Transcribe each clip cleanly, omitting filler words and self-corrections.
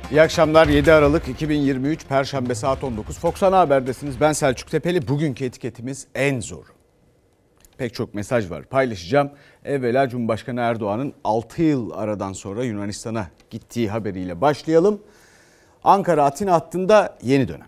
İyi akşamlar. 7 Aralık 2023 Perşembe saat 19. Fox Ana Haber'desiniz. Ben Selçuk Tepeli. Bugünkü etiketimiz en zor. Pek çok mesaj var. Paylaşacağım. Evvela Cumhurbaşkanı Erdoğan'ın 6 yıl aradan sonra Yunanistan'a gittiği haberiyle başlayalım. Ankara-Atina hattında yeni dönem.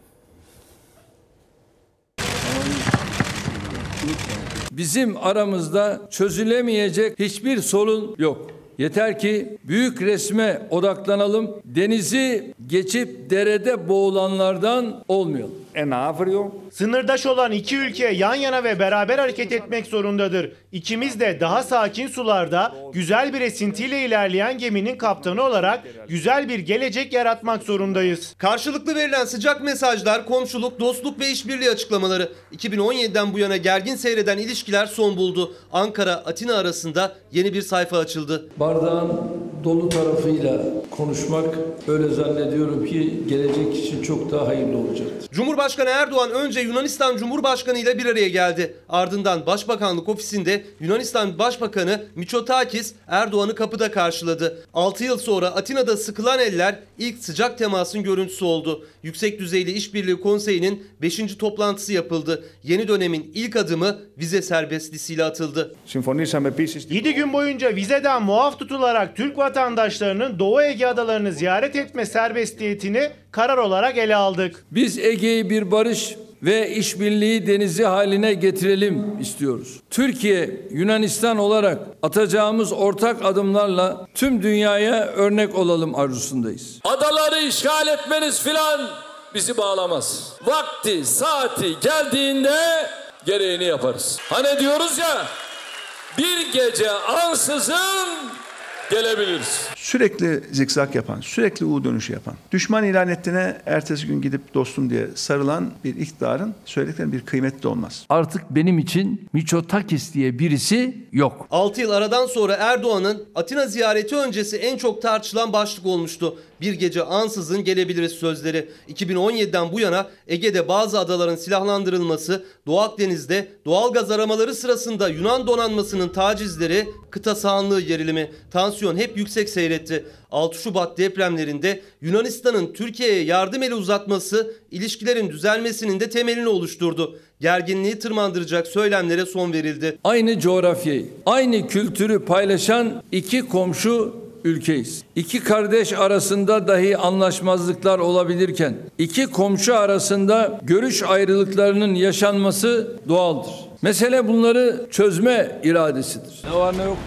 Bizim aramızda çözülemeyecek hiçbir sorun yok. Yeter ki büyük resme odaklanalım. Denizi geçip derede boğulanlardan olmayalım. Sınırdaş olan iki ülke yan yana ve beraber hareket etmek zorundadır. İkimiz de daha sakin sularda güzel bir esintiyle ilerleyen geminin kaptanı olarak güzel bir gelecek yaratmak zorundayız. Karşılıklı verilen sıcak mesajlar, komşuluk, dostluk ve işbirliği açıklamaları. 2017'den bu yana gergin seyreden ilişkiler son buldu. Ankara-Atina arasında yeni bir sayfa açıldı. Bardağın dolu tarafıyla konuşmak öyle zannediyorum ki gelecek için çok daha hayırlı olacaktır. Cumhurbaşkanı Erdoğan önce Yunanistan Cumhurbaşkanı ile bir araya geldi. Ardından Başbakanlık ofisinde Yunanistan Başbakanı Mitsotakis Erdoğan'ı kapıda karşıladı. 6 yıl sonra Atina'da sıkılan eller ilk sıcak temasın görüntüsü oldu. Yüksek Düzeyli İşbirliği Konseyi'nin 5. toplantısı yapıldı. Yeni dönemin ilk adımı vize serbestliğiyle atıldı. 7 gün boyunca vizeden muaf tutularak Türk vatandaşlarının Doğu Ege adalarını ziyaret etme serbestiyetini karar olarak ele aldık. Biz Ege'yi bir barış ve işbirliği denizi haline getirelim istiyoruz. Türkiye, Yunanistan olarak atacağımız ortak adımlarla tüm dünyaya örnek olalım arzusundayız. Adaları işgal etmeniz filan bizi bağlamaz. Vakti, saati geldiğinde gereğini yaparız. Hani diyoruz ya, bir gece ansızın gelebiliriz. Sürekli zikzak yapan, sürekli U dönüşü yapan, düşman ilan ettiğine ertesi gün gidip dostum diye sarılan bir iktidarın söylediklerinin bir kıymeti de olmaz. Artık benim için Mitsotakis diye birisi yok. 6 yıl aradan sonra Erdoğan'ın Atina ziyareti öncesi en çok tartışılan başlık olmuştu. Bir gece ansızın gelebiliriz sözleri. 2017'den bu yana Ege'de bazı adaların silahlandırılması, Doğu Akdeniz'de doğalgaz aramaları sırasında Yunan donanmasının tacizleri, kıta sahanlığı gerilimi, tansiyon hep yüksek seyretti. 6 Şubat depremlerinde Yunanistan'ın Türkiye'ye yardım eli uzatması ilişkilerin düzelmesinin de temelini oluşturdu. Gerginliği tırmandıracak söylemlere son verildi. Aynı coğrafyayı, aynı kültürü paylaşan iki komşu ülkeyiz. İki kardeş arasında dahi anlaşmazlıklar olabilirken iki komşu arasında görüş ayrılıklarının yaşanması doğaldır. Mesele bunları çözme iradesidir. Ne var ne yok.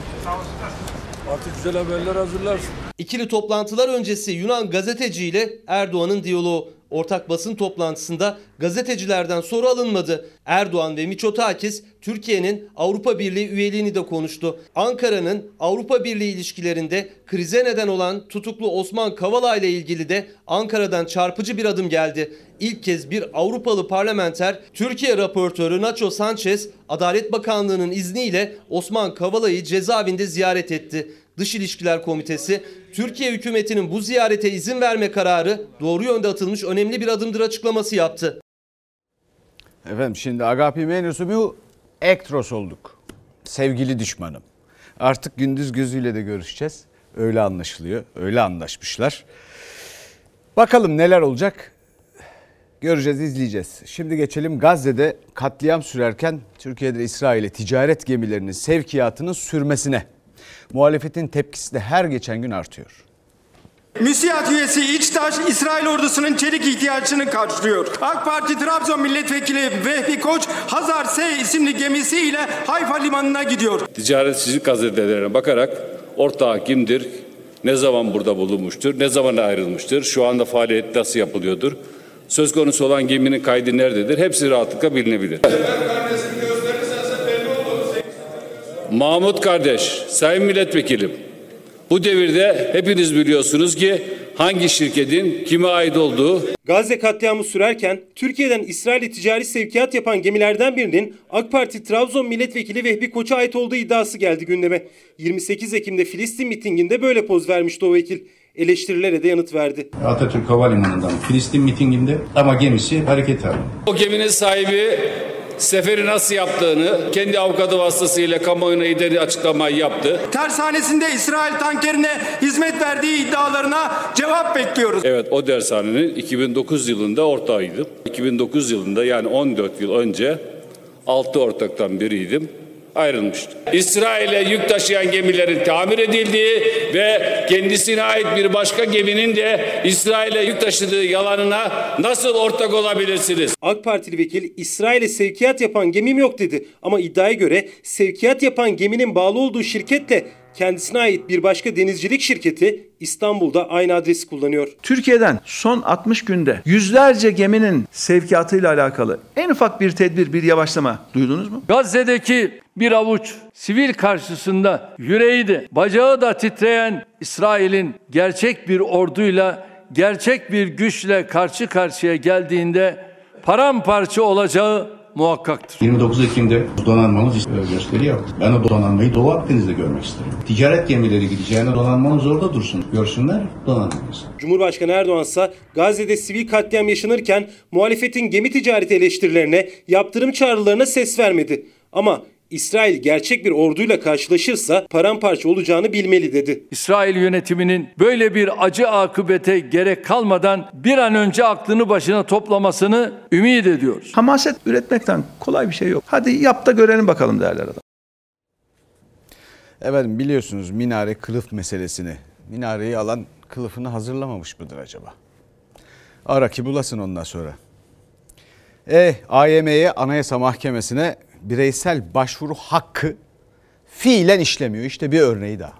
Artık güzel haberler hazırlarsın. İkili toplantılar öncesi Yunan gazeteciyle Erdoğan'ın diyaloğu. Ortak basın toplantısında gazetecilerden soru alınmadı. Erdoğan ve Mitsotakis Türkiye'nin Avrupa Birliği üyeliğini de konuştu. Ankara'nın Avrupa Birliği ilişkilerinde krize neden olan tutuklu Osman Kavala ile ilgili de Ankara'dan çarpıcı bir adım geldi. İlk kez bir Avrupalı parlamenter Türkiye raportörü Nacho Sanchez, Adalet Bakanlığı'nın izniyle Osman Kavala'yı cezaevinde ziyaret etti. Dış İlişkiler Komitesi, Türkiye hükümetinin bu ziyarete izin verme kararı doğru yönde atılmış önemli bir adımdır açıklaması yaptı. Efendim şimdi agapimenos mu ektros olduk. Sevgili düşmanım. Artık gündüz gözüyle de görüşeceğiz. Öyle anlaşılıyor. Öyle anlaşmışlar. Bakalım neler olacak. Göreceğiz, izleyeceğiz. Şimdi geçelim Gazze'de katliam sürerken Türkiye'de İsrail'e ticaret gemilerinin sevkiyatının sürmesine. Muhalefetin tepkisi de her geçen gün artıyor. MÜSİAD üyesi İçtaş, İsrail ordusunun çelik ihtiyacını karşılıyor. AK Parti Trabzon Milletvekili Vehbi Koç, Hazar S isimli gemisiyle Hayfa limanına gidiyor. Ticaretçilik gazetelerine bakarak ortağı kimdir, ne zaman burada bulunmuştur, ne zaman ayrılmıştır, şu anda faaliyet nasıl yapılıyordur, söz konusu olan geminin kaydı nerededir, hepsi rahatlıkla bilinebilir. Mahmut kardeş, sayın milletvekilim, bu devirde hepiniz biliyorsunuz ki hangi şirketin kime ait olduğu. Gazze katliamı sürerken Türkiye'den İsrail'e ticari sevkiyat yapan gemilerden birinin AK Parti Trabzon Milletvekili Vehbi Koç'a ait olduğu iddiası geldi gündeme. 28 Ekim'de Filistin mitinginde böyle poz vermişti o vekil. Eleştirilere de yanıt verdi. Atatürk Havalimanı'ndan Filistin mitinginde ama gemisi hareket halinde. O geminin sahibi seferi nasıl yaptığını kendi avukatı vasıtasıyla kamuoyuna idari açıklamayı yaptı. Tersanesinde İsrail tankerine hizmet verdiği iddialarına cevap bekliyoruz. Evet, o dershanenin 2009 yılında ortağıydım. 2009 yılında, yani 14 yıl önce 6 ortaktan biriydim. Ayrılmıştı. İsrail'e yük taşıyan gemilerin tamir edildiği ve kendisine ait bir başka geminin de İsrail'e yük taşıdığı yalanına nasıl ortak olabilirsiniz? AK Partili vekil İsrail'e sevkiyat yapan gemim yok dedi. Ama iddiaya göre sevkiyat yapan geminin bağlı olduğu şirketle kendisine ait bir başka denizcilik şirketi İstanbul'da aynı adresi kullanıyor. Türkiye'den son 60 günde yüzlerce geminin sevkiyatıyla alakalı en ufak bir tedbir, bir yavaşlama duydunuz mu? Gazze'deki bir avuç sivil karşısında yüreği de bacağı da titreyen İsrail'in gerçek bir orduyla, gerçek bir güçle karşı karşıya geldiğinde paramparça olacağı muhakkaktır. 29 Ekim'de donanmamız gösteri yaptı. Ben o donanmayı Doğu Akdeniz'de görmek isterim. Ticaret gemileri gideceğine donanmamız orada dursun. Görsünler donanmamız. Cumhurbaşkanı Erdoğan ise Gazze'de sivil katliam yaşanırken muhalefetin gemi ticareti eleştirilerine, yaptırım çağrılarına ses vermedi. Ama İsrail gerçek bir orduyla karşılaşırsa paramparça olacağını bilmeli dedi. İsrail yönetiminin böyle bir acı akıbete gerek kalmadan bir an önce aklını başına toplamasını ümit ediyoruz. Hamaset üretmekten kolay bir şey yok. Hadi yap da görelim bakalım derler adam. Efendim, biliyorsunuz minare kılıf meselesini. Minareyi alan kılıfını hazırlamamış mıdır acaba? Ara ki bulasın ondan sonra. AYM'ye, Anayasa Mahkemesi'ne bireysel başvuru hakkı fiilen işlemiyor. İşte bir örneği daha.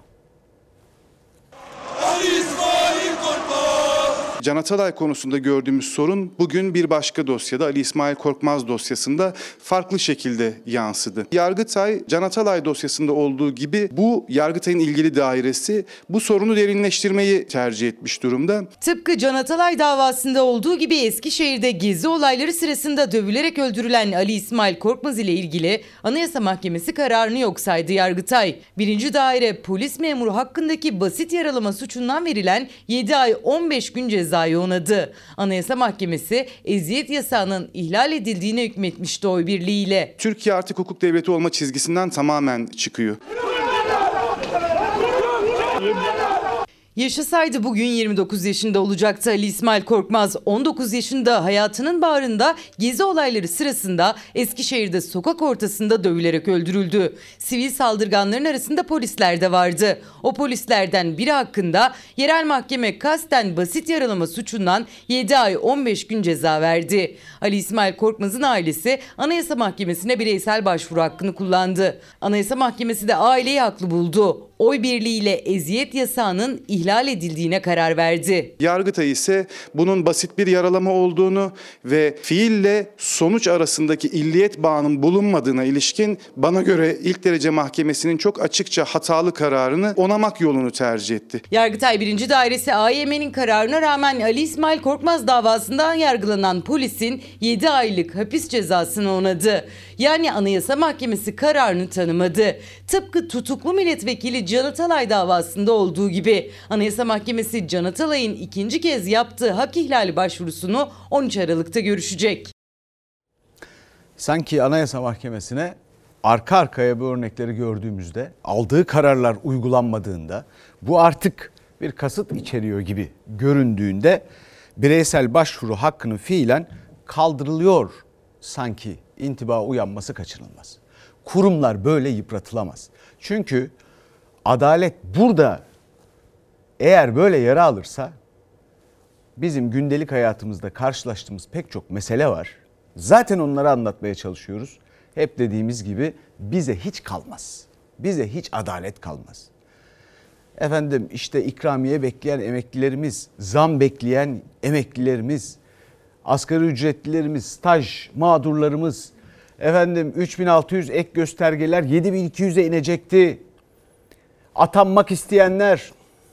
Can Atalay konusunda gördüğümüz sorun bugün bir başka dosyada, Ali İsmail Korkmaz dosyasında farklı şekilde yansıdı. Yargıtay, Can Atalay dosyasında olduğu gibi bu Yargıtay'ın ilgili dairesi bu sorunu derinleştirmeyi tercih etmiş durumda. Tıpkı Can Atalay davasında olduğu gibi Eskişehir'de gezi olayları sırasında dövülerek öldürülen Ali İsmail Korkmaz ile ilgili Anayasa Mahkemesi kararını yok saydı Yargıtay. 1. Daire polis memuru hakkındaki basit yaralama suçundan verilen 7 ay 15 gün cezayı onadı. Anayasa Mahkemesi eziyet yasağının ihlal edildiğine hükmetmişti oy birliğiyle. Türkiye artık hukuk devleti olma çizgisinden tamamen çıkıyor. Yaşasaydı bugün 29 yaşında olacaktı Ali İsmail Korkmaz. 19 yaşında hayatının bağrında gezi olayları sırasında Eskişehir'de sokak ortasında dövülerek öldürüldü. Sivil saldırganların arasında polisler de vardı. O polislerden biri hakkında yerel mahkeme kasten basit yaralama suçundan 7 ay 15 gün ceza verdi. Ali İsmail Korkmaz'ın ailesi Anayasa Mahkemesi'ne bireysel başvuru hakkını kullandı. Anayasa Mahkemesi de aileyi haklı buldu. Oy birliğiyle eziyet yasağının ihlal edildiğine karar verdi. Yargıtay ise bunun basit bir yaralama olduğunu ve fiille sonuç arasındaki illiyet bağının bulunmadığına ilişkin bana göre ilk derece mahkemesinin çok açıkça hatalı kararını onamak yolunu tercih etti. Yargıtay 1. Dairesi AYM'nin kararına rağmen Ali İsmail Korkmaz davasından yargılanan polisin 7 aylık hapis cezasını onadı. Yani Anayasa Mahkemesi kararını tanımadı. Tıpkı tutuklu milletvekili Can Atalay davasında olduğu gibi Anayasa Mahkemesi Can Atalay'ın ikinci kez yaptığı hak ihlali başvurusunu 13 Aralık'ta görüşecek. Sanki Anayasa Mahkemesi'ne arka arkaya bu örnekleri gördüğümüzde, aldığı kararlar uygulanmadığında, bu artık bir kasıt içeriyor gibi göründüğünde bireysel başvuru hakkının fiilen kaldırılıyor sanki intiba uyanması kaçınılmaz. Kurumlar böyle yıpratılamaz. Çünkü adalet burada eğer böyle yara alırsa bizim gündelik hayatımızda karşılaştığımız pek çok mesele var. Zaten onları anlatmaya çalışıyoruz. Hep dediğimiz gibi bize hiç kalmaz. Bize hiç adalet kalmaz. Efendim işte ikramiye bekleyen emeklilerimiz, zam bekleyen emeklilerimiz, asgari ücretlilerimiz, staj mağdurlarımız, efendim 3600 ek göstergeler 7200'e inecekti. Atanmak isteyenler,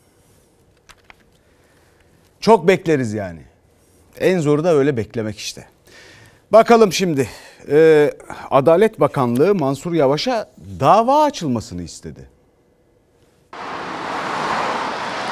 çok bekleriz yani. En zoru da öyle beklemek işte. Bakalım şimdi Adalet Bakanlığı Mansur Yavaş'a dava açılmasını istedi.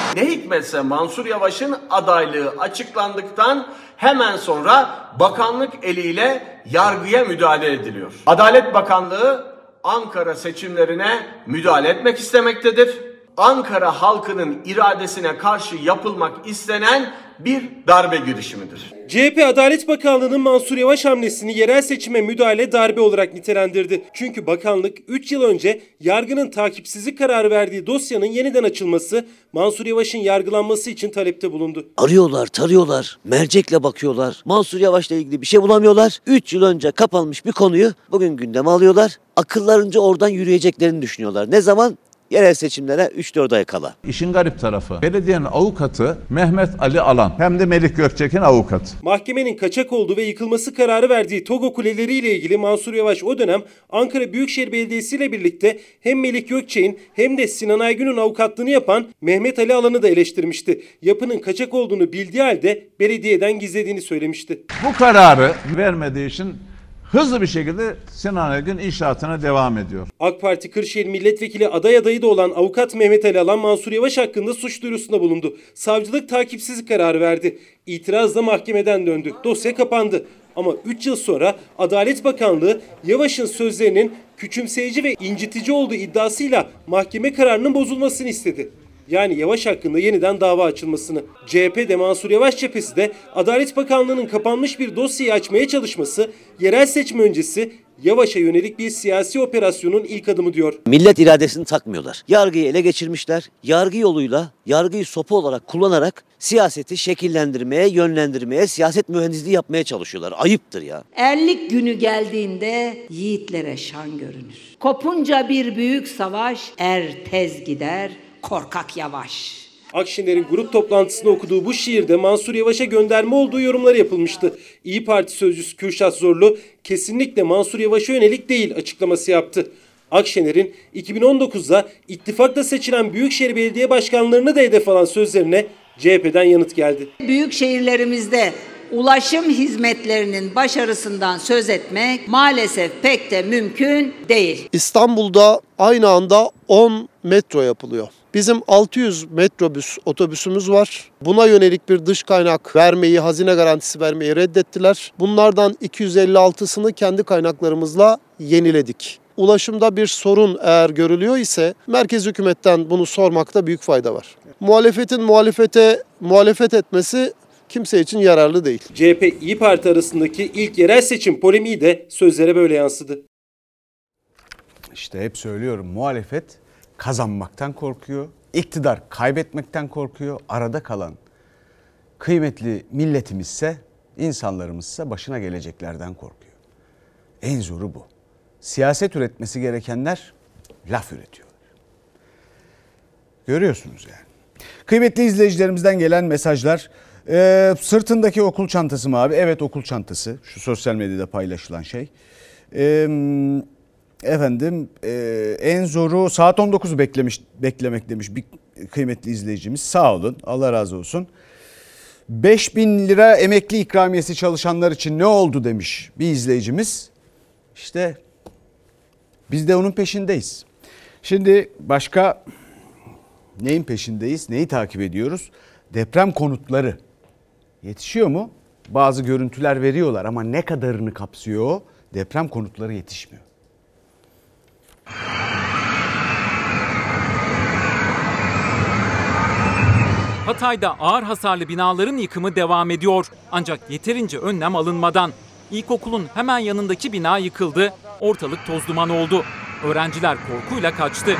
Ne hikmetse Mansur Yavaş'ın adaylığı açıklandıktan hemen sonra bakanlık eliyle yargıya müdahale ediliyor. Adalet Bakanlığı Ankara seçimlerine müdahale etmek istemektedir. Ankara halkının iradesine karşı yapılmak istenen bir darbe girişimidir. CHP Adalet Bakanlığı'nın Mansur Yavaş hamlesini yerel seçime müdahale darbe olarak nitelendirdi. Çünkü bakanlık 3 yıl önce yargının takipsizlik kararı verdiği dosyanın yeniden açılması, Mansur Yavaş'ın yargılanması için talepte bulundu. Arıyorlar, tarıyorlar, mercekle bakıyorlar. Mansur Yavaş'la ilgili bir şey bulamıyorlar. 3 yıl önce kapanmış bir konuyu bugün gündeme alıyorlar. Akıllarınca oradan yürüyeceklerini düşünüyorlar. Ne zaman? Yerel seçimlere 3-4 ay kala. İşin garip tarafı, belediyenin avukatı Mehmet Ali Alan, hem de Melik Gökçek'in avukatı. Mahkemenin kaçak olduğu ve yıkılması kararı verdiği Togo Kuleleri ile ilgili Mansur Yavaş o dönem Ankara Büyükşehir Belediyesi ile birlikte hem Melik Gökçek'in hem de Sinan Aygün'ün avukatlığını yapan Mehmet Ali Alan'ı da eleştirmişti. Yapının kaçak olduğunu bildiği halde belediyeden gizlediğini söylemişti. Bu kararı vermediği için hızlı bir şekilde Sinan Aygün inşaatına devam ediyor. AK Parti Kırşehir Milletvekili adayı da olan avukat Mehmet Ali Alan Mansur Yavaş hakkında suç duyurusunda bulundu. Savcılık takipsizlik kararı verdi. İtirazla mahkemeden döndü. Dosya kapandı. Ama 3 yıl sonra Adalet Bakanlığı Yavaş'ın sözlerinin küçümseyici ve incitici olduğu iddiasıyla mahkeme kararının bozulmasını istedi. Yani Yavaş hakkında yeniden dava açılmasını. CHP de Mansur Yavaş cephesi de Adalet Bakanlığı'nın kapanmış bir dosyayı açmaya çalışması, yerel seçim öncesi Yavaş'a yönelik bir siyasi operasyonun ilk adımı diyor. Millet iradesini takmıyorlar. Yargıyı ele geçirmişler. Yargı yoluyla, yargıyı sopa olarak kullanarak siyaseti şekillendirmeye, yönlendirmeye, siyaset mühendisliği yapmaya çalışıyorlar. Ayıptır ya. Erlik günü geldiğinde yiğitlere şan görünür. Kopunca bir büyük savaş, er tez gider, korkak yavaş. Akşener'in grup toplantısında okuduğu bu şiirde Mansur Yavaş'a gönderme olduğu yorumları yapılmıştı. İYİ Parti sözcüsü Kürşat Zorlu kesinlikle Mansur Yavaş'a yönelik değil açıklaması yaptı. Akşener'in 2019'da ittifakla seçilen Büyükşehir Belediye Başkanlarını da hedef alan sözlerine CHP'den yanıt geldi. Büyük şehirlerimizde ulaşım hizmetlerinin başarısından söz etmek maalesef pek de mümkün değil. İstanbul'da aynı anda 10 metro yapılıyor. Bizim 600 metrobüs otobüsümüz var. Buna yönelik bir dış kaynak vermeyi, hazine garantisi vermeyi reddettiler. Bunlardan 256'sını kendi kaynaklarımızla yeniledik. Ulaşımda bir sorun eğer görülüyor ise merkez hükümetten bunu sormakta büyük fayda var. Muhalefetin muhalefet etmesi kimse için yararlı değil. CHP İYİ Parti arasındaki ilk yerel seçim polemiği de sözlere böyle yansıdı. İşte hep söylüyorum, muhalefet kazanmaktan korkuyor, iktidar kaybetmekten korkuyor. Arada kalan kıymetli milletimizse, insanlarımızsa başına geleceklerden korkuyor. En zoru bu. Siyaset üretmesi gerekenler laf üretiyorlar. Görüyorsunuz yani. Kıymetli izleyicilerimizden gelen mesajlar. Sırtındaki okul çantası mı abi? Evet, okul çantası. Şu sosyal medyada paylaşılan şey. En zoru saat 19'u beklemek demiş bir kıymetli izleyicimiz. Sağ olun, Allah razı olsun. 5.000 lira emekli ikramiyesi çalışanlar için ne oldu demiş bir izleyicimiz. İşte biz de onun peşindeyiz. Şimdi başka neyin peşindeyiz? Neyi takip ediyoruz? Deprem konutları yetişiyor mu? Bazı görüntüler veriyorlar ama ne kadarını kapsıyor? Deprem konutları yetişmiyor. Hatay'da ağır hasarlı binaların yıkımı devam ediyor. Ancak yeterince önlem alınmadan. İlkokulun hemen yanındaki bina yıkıldı, ortalık toz duman oldu. Öğrenciler korkuyla kaçtı.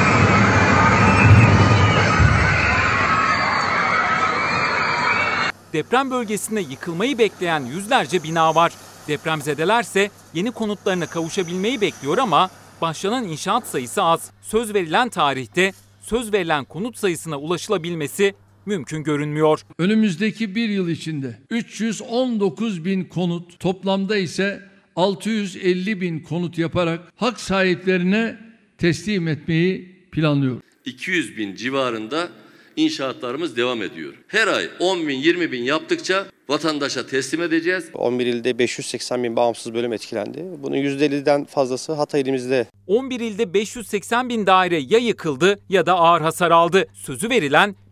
Deprem bölgesinde yıkılmayı bekleyen yüzlerce bina var. Depremzedelerse yeni konutlarına kavuşabilmeyi bekliyor ama başlanan inşaat sayısı az. Söz verilen tarihte söz verilen konut sayısına ulaşılabilmesi mümkün görünmüyor. Önümüzdeki bir yıl içinde 319 bin konut, toplamda ise 650 bin konut yaparak hak sahiplerine teslim etmeyi planlıyor. 200 bin civarında inşaatlarımız devam ediyor. Her ay 10 bin 20 bin yaptıkça vatandaşa teslim edeceğiz. 11 ilde 580 bin bağımsız bölüm etkilendi. Bunun %50'den fazlası Hatay ilimizde. 11 ilde 580 bin daire ya yıkıldı ya da ağır hasar aldı. Sözü verilen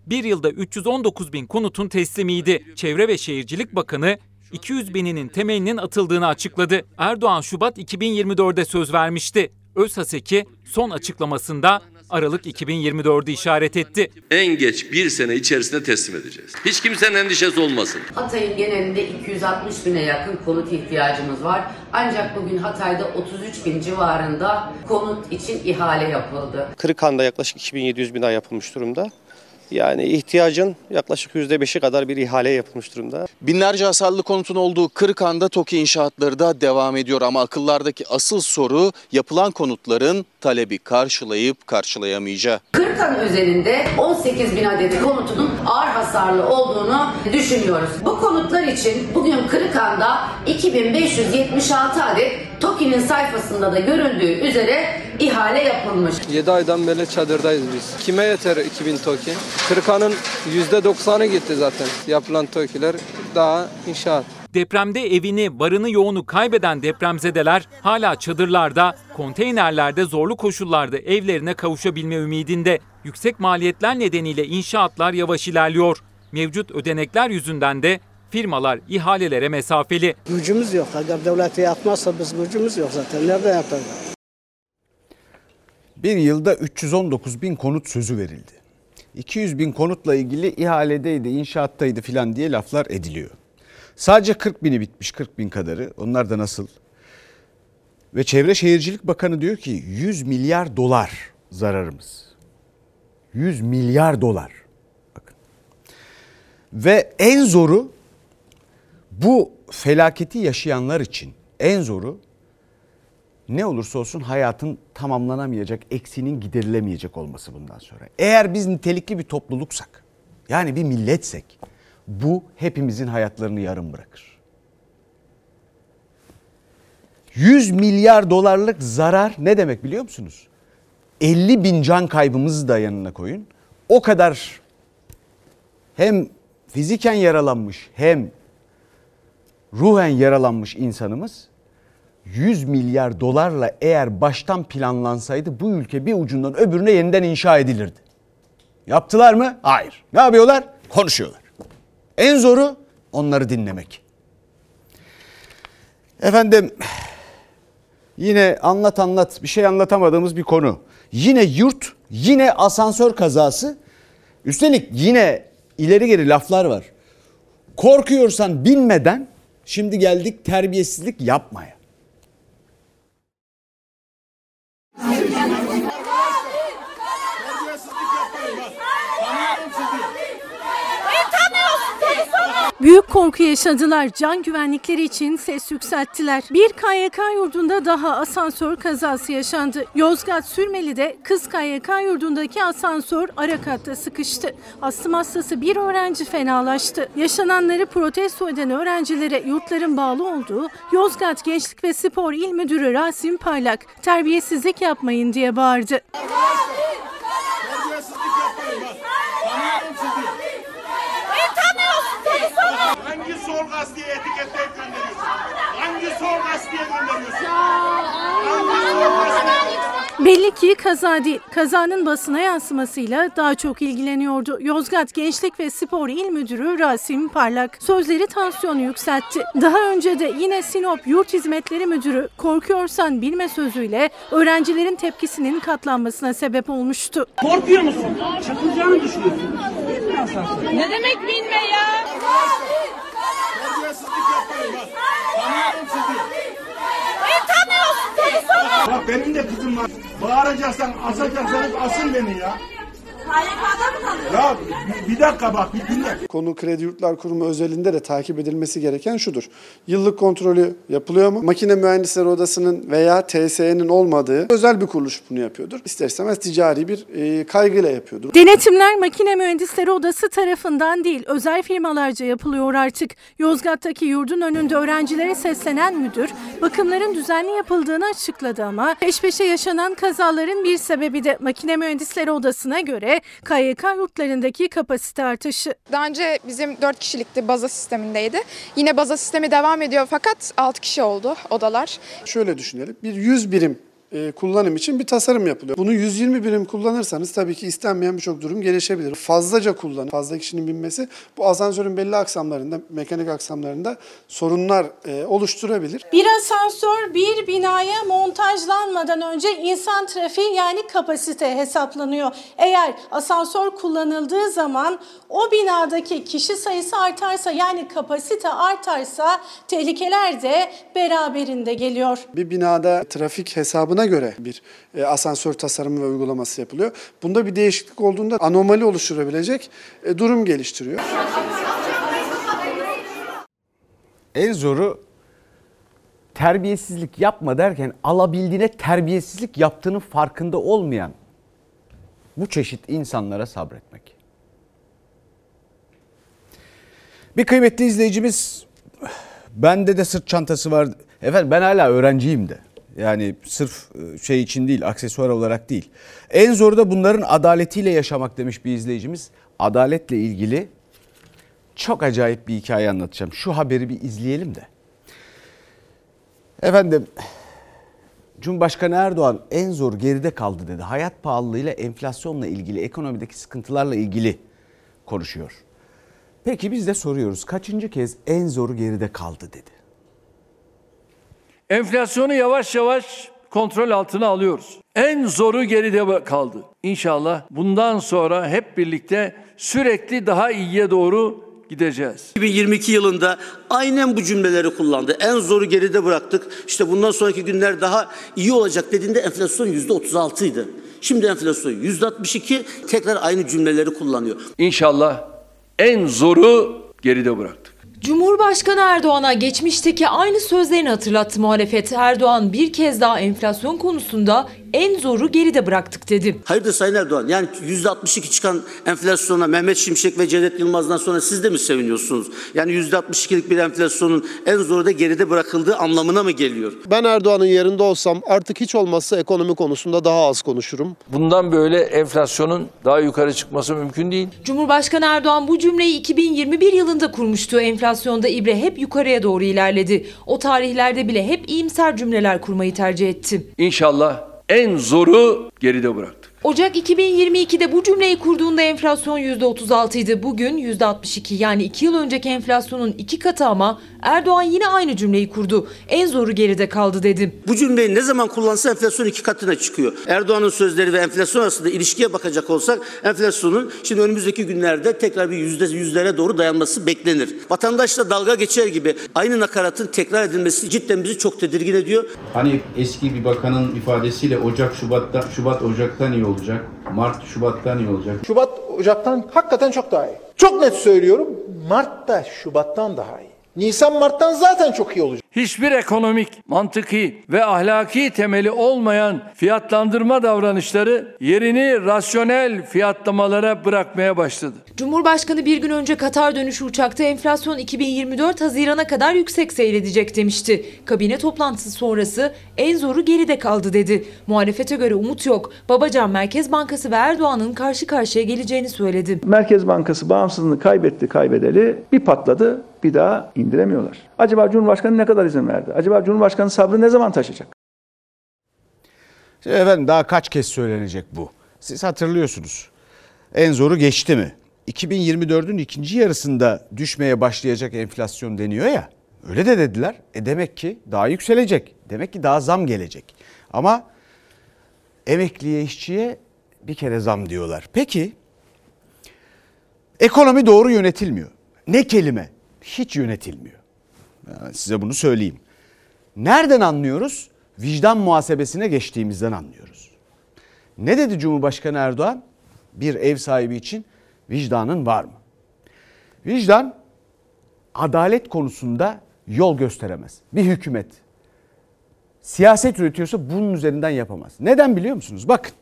Bir yılda 319 bin konutun teslimiydi. Çevre ve Şehircilik Bakanı 200 bininin temelinin atıldığını açıkladı. Erdoğan Şubat 2024'de söz vermişti. Özhaseki son açıklamasında Aralık 2024'ü işaret etti. En geç bir sene içerisinde teslim edeceğiz. Hiç kimsenin endişesi olmasın. Hatay'ın genelinde 260 bine yakın konut ihtiyacımız var. Ancak bugün Hatay'da 33 bin civarında konut için ihale yapıldı. Kırıkhan'da yaklaşık 2700 bina yapılmış durumda. Yani ihtiyacın yaklaşık %5'i kadar bir ihale yapılmış durumda. Binlerce hasarlı konutun olduğu Kırıkhan'da TOKİ inşaatları da devam ediyor ama akıllardaki asıl soru yapılan konutların talebi karşılayıp karşılayamayacağı. Kırıkhan özelinde 18 bin adet konutunun ağır hasarlı olduğunu düşünüyoruz. Bu konutlar için bugün Kırıkhan'da 2576 adet TOKİ'nin sayfasında da görüldüğü üzere ihale yapılmış. 7 aydan beri çadırdayız biz. Kime yeter 2000 TOKİ? Kırıkhan'ın %90'ı gitti zaten. Yapılan TOKİ'ler daha inşaat. Depremde evini, barını, yoğunu kaybeden depremzedeler hala çadırlarda, konteynerlerde zorlu koşullarda evlerine kavuşabilme ümidinde. Yüksek maliyetler nedeniyle inşaatlar yavaş ilerliyor. Mevcut ödenekler yüzünden de firmalar ihalelere mesafeli. Gücümüz yok. Eğer devlet yapmazsa biz gücümüz yok zaten. Nerede yapalım? Bir yılda 319 bin konut sözü verildi. 200 bin konutla ilgili ihaledeydi, inşaattaydı filan diye laflar ediliyor. Sadece 40 bini bitmiş, 40 bin kadarı. Onlar da nasıl? Ve Çevre Şehircilik Bakanı diyor ki 100 milyar dolar zararımız. 100 milyar dolar. Bakın. Ve en zoru bu felaketi yaşayanlar için en zoru ne olursa olsun hayatın tamamlanamayacak, eksiğinin giderilemeyecek olması bundan sonra. Eğer biz nitelikli bir topluluksak, yani bir milletsek, bu hepimizin hayatlarını yarım bırakır. 100 milyar dolarlık zarar ne demek biliyor musunuz? 50 bin can kaybımızı da yanına koyun. O kadar hem fiziken yaralanmış hem ruhen yaralanmış insanımız 100 milyar dolarla eğer baştan planlansaydı bu ülke bir ucundan öbürüne yeniden inşa edilirdi. Yaptılar mı? Hayır. Ne yapıyorlar? Konuşuyorlar. En zoru onları dinlemek. Efendim yine anlat bir şey anlatamadığımız bir konu. Yine yurt, yine asansör kazası. Üstelik yine ileri geri laflar var. Korkuyorsan bilmeden şimdi geldik terbiyesizlik yapmaya. Büyük korku yaşadılar. Can güvenlikleri için ses yükselttiler. Bir KYK yurdunda daha asansör kazası yaşandı. Yozgat Sürmeli'de kız KYK yurdundaki asansör ara katta sıkıştı. Astım hastası bir öğrenci fenalaştı. Yaşananları protesto eden öğrencilere yurtların bağlı olduğu Yozgat Gençlik ve Spor İl Müdürü Rasim Parlak terbiyesizlik yapmayın diye bağırdı. Hangi sol gaz diye etiketleyip gönderiyorsun? Hangi sol gaz diye gönderiyorsun? Belli ki kaza değil, kazanın basına yansımasıyla daha çok ilgileniyordu. Yozgat Gençlik ve Spor İl Müdürü Rasim Parlak sözleri tansiyonu yükseltti. Daha önce de yine Sinop Yurt Hizmetleri Müdürü korkuyorsan bilme sözüyle öğrencilerin tepkisinin katlanmasına sebep olmuştu. Korkuyor musun? Çakılacağını düşünüyorsun. Ne demek bilme ya? Terbiyesizlik yapmayın bak. Tanıyorum sizi. Bak benim de kızım var. Bağıracaksan, asacaksanız asın beni ya. Ya bir dakika bak, bir dinle. Konu Kredi Yurtlar Kurumu özelinde de takip edilmesi gereken şudur. Yıllık kontrolü yapılıyor mu? Makine Mühendisleri Odası'nın veya TSE'nin olmadığı özel bir kuruluş bunu yapıyordur. İster istemez ticari bir kaygıyla yapıyordur. Denetimler Makine Mühendisleri Odası tarafından değil, özel firmalarca yapılıyor artık. Yozgat'taki yurdun önünde öğrencilere seslenen müdür, bakımların düzenli yapıldığını açıkladı ama peş peşe yaşanan kazaların bir sebebi de Makine Mühendisleri Odası'na göre KYK yurtlarındaki kapasite artışı. Daha önce bizim 4 kişilikti, baza sistemindeydi. Yine baza sistemi devam ediyor fakat 6 kişi oldu odalar. Şöyle düşünelim. Bir 100 birim kullanım için bir tasarım yapılıyor. Bunu 120 birim kullanırsanız tabii ki istenmeyen birçok durum gelişebilir. Fazlaca kullanım, fazla kişinin binmesi bu asansörün belli aksamlarında, mekanik aksamlarında sorunlar oluşturabilir. Bir asansör bir binaya montajlanmadan önce insan trafiği yani kapasite hesaplanıyor. Eğer asansör kullanıldığı zaman o binadaki kişi sayısı artarsa yani kapasite artarsa tehlikeler de beraberinde geliyor. Bir binada trafik hesabına göre bir asansör tasarımı ve uygulaması yapılıyor. Bunda bir değişiklik olduğunda anomali oluşturabilecek durum geliştiriyor. En zoru terbiyesizlik yapma derken alabildiğine terbiyesizlik yaptığının farkında olmayan bu çeşit insanlara sabretmek. Bir kıymetli izleyicimiz, bende de sırt çantası var. Efendim ben hala öğrenciyim de. Yani sırf şey için değil, aksesuar olarak değil. En zoru da bunların adaletiyle yaşamak demiş bir izleyicimiz. Adaletle ilgili çok acayip bir hikaye anlatacağım. Şu haberi bir izleyelim de. Efendim, Cumhurbaşkanı Erdoğan en zor geride kaldı dedi. Hayat pahalılığıyla, enflasyonla ilgili, ekonomideki sıkıntılarla ilgili konuşuyor. Peki biz de soruyoruz, kaçıncı kez en zoru geride kaldı dedi? Enflasyonu yavaş yavaş kontrol altına alıyoruz. En zoru geride kaldı. İnşallah bundan sonra hep birlikte sürekli daha iyiye doğru gideceğiz. 2022 yılında aynen bu cümleleri kullandı. En zoru geride bıraktık. İşte bundan sonraki günler daha iyi olacak dediğinde enflasyon %36 idi. Şimdi enflasyon %62, tekrar aynı cümleleri kullanıyor. İnşallah en zoru geride bıraktık. Cumhurbaşkanı Erdoğan'a geçmişteki aynı sözlerini hatırlattı muhalefet. Erdoğan bir kez daha enflasyon konusunda en zoru geride bıraktık dedi. Hayırdır Sayın Erdoğan? Yani %62 çıkan enflasyona Mehmet Şimşek ve Cevdet Yılmaz'dan sonra siz de mi seviniyorsunuz? Yani %62'lik bir enflasyonun en zoru da geride bırakıldığı anlamına mı geliyor? Ben Erdoğan'ın yerinde olsam artık hiç olmazsa ekonomi konusunda daha az konuşurum. Bundan böyle enflasyonun daha yukarı çıkması mümkün değil. Cumhurbaşkanı Erdoğan bu cümleyi 2021 yılında kurmuştu. Enflasyonda ibre hep yukarıya doğru ilerledi. O tarihlerde bile hep iyimser cümleler kurmayı tercih etti. İnşallah en zoru geride bıraktık. Ocak 2022'de bu cümleyi kurduğunda enflasyon %36 idi. Bugün %62, yani 2 yıl önceki enflasyonun 2 katı ama Erdoğan yine aynı cümleyi kurdu. En zoru geride kaldı dedi. Bu cümleyi ne zaman kullansa enflasyon 2 katına çıkıyor. Erdoğan'ın sözleri ve enflasyon arasında ilişkiye bakacak olsak enflasyonun şimdi önümüzdeki günlerde tekrar bir %100'lere doğru dayanması beklenir. Vatandaşla dalga geçer gibi aynı nakaratın tekrar edilmesi cidden bizi çok tedirgin ediyor. Hani eski bir bakanın ifadesiyle Şubat Ocak'tan iyi olacak. Mart Şubat'tan iyi olacak. Şubat Ocak'tan hakikaten çok daha iyi. Çok net söylüyorum. Mart da Şubat'tan daha iyi. Nisan Mart'tan zaten çok iyi olacak. Hiçbir ekonomik, mantıki ve ahlaki temeli olmayan fiyatlandırma davranışları yerini rasyonel fiyatlamalara bırakmaya başladı. Cumhurbaşkanı bir gün önce Katar dönüşü uçakta enflasyon 2024 Haziran'a kadar yüksek seyredecek demişti. Kabine toplantısı sonrası en zoru geride kaldı dedi. Muhalefete göre umut yok. Babacan Merkez Bankası ve Erdoğan'ın karşı karşıya geleceğini söyledi. Merkez Bankası bağımsızlığını kaybedeli bir patladı. Bir daha indiremiyorlar. Acaba Cumhurbaşkanı ne kadar izin verdi? Acaba Cumhurbaşkanı sabrı ne zaman taşıyacak? Şimdi efendim daha kaç kez söylenecek bu? Siz hatırlıyorsunuz. En zoru geçti mi? 2024'ün ikinci yarısında düşmeye başlayacak enflasyon deniyor ya. Öyle de dediler. Demek ki daha yükselecek. Demek ki daha zam gelecek. Ama emekliye, işçiye bir kere zam diyorlar. Peki ekonomi doğru yönetilmiyor. Ne kelime? Hiç yönetilmiyor. Yani size bunu söyleyeyim. Nereden anlıyoruz? Vicdan muhasebesine geçtiğimizden anlıyoruz. Ne dedi Cumhurbaşkanı Erdoğan? Bir ev sahibi için vicdanın var mı? Vicdan adalet konusunda yol gösteremez. Bir hükümet siyaset üretiyorsa bunun üzerinden yapamaz. Neden biliyor musunuz? Bakın.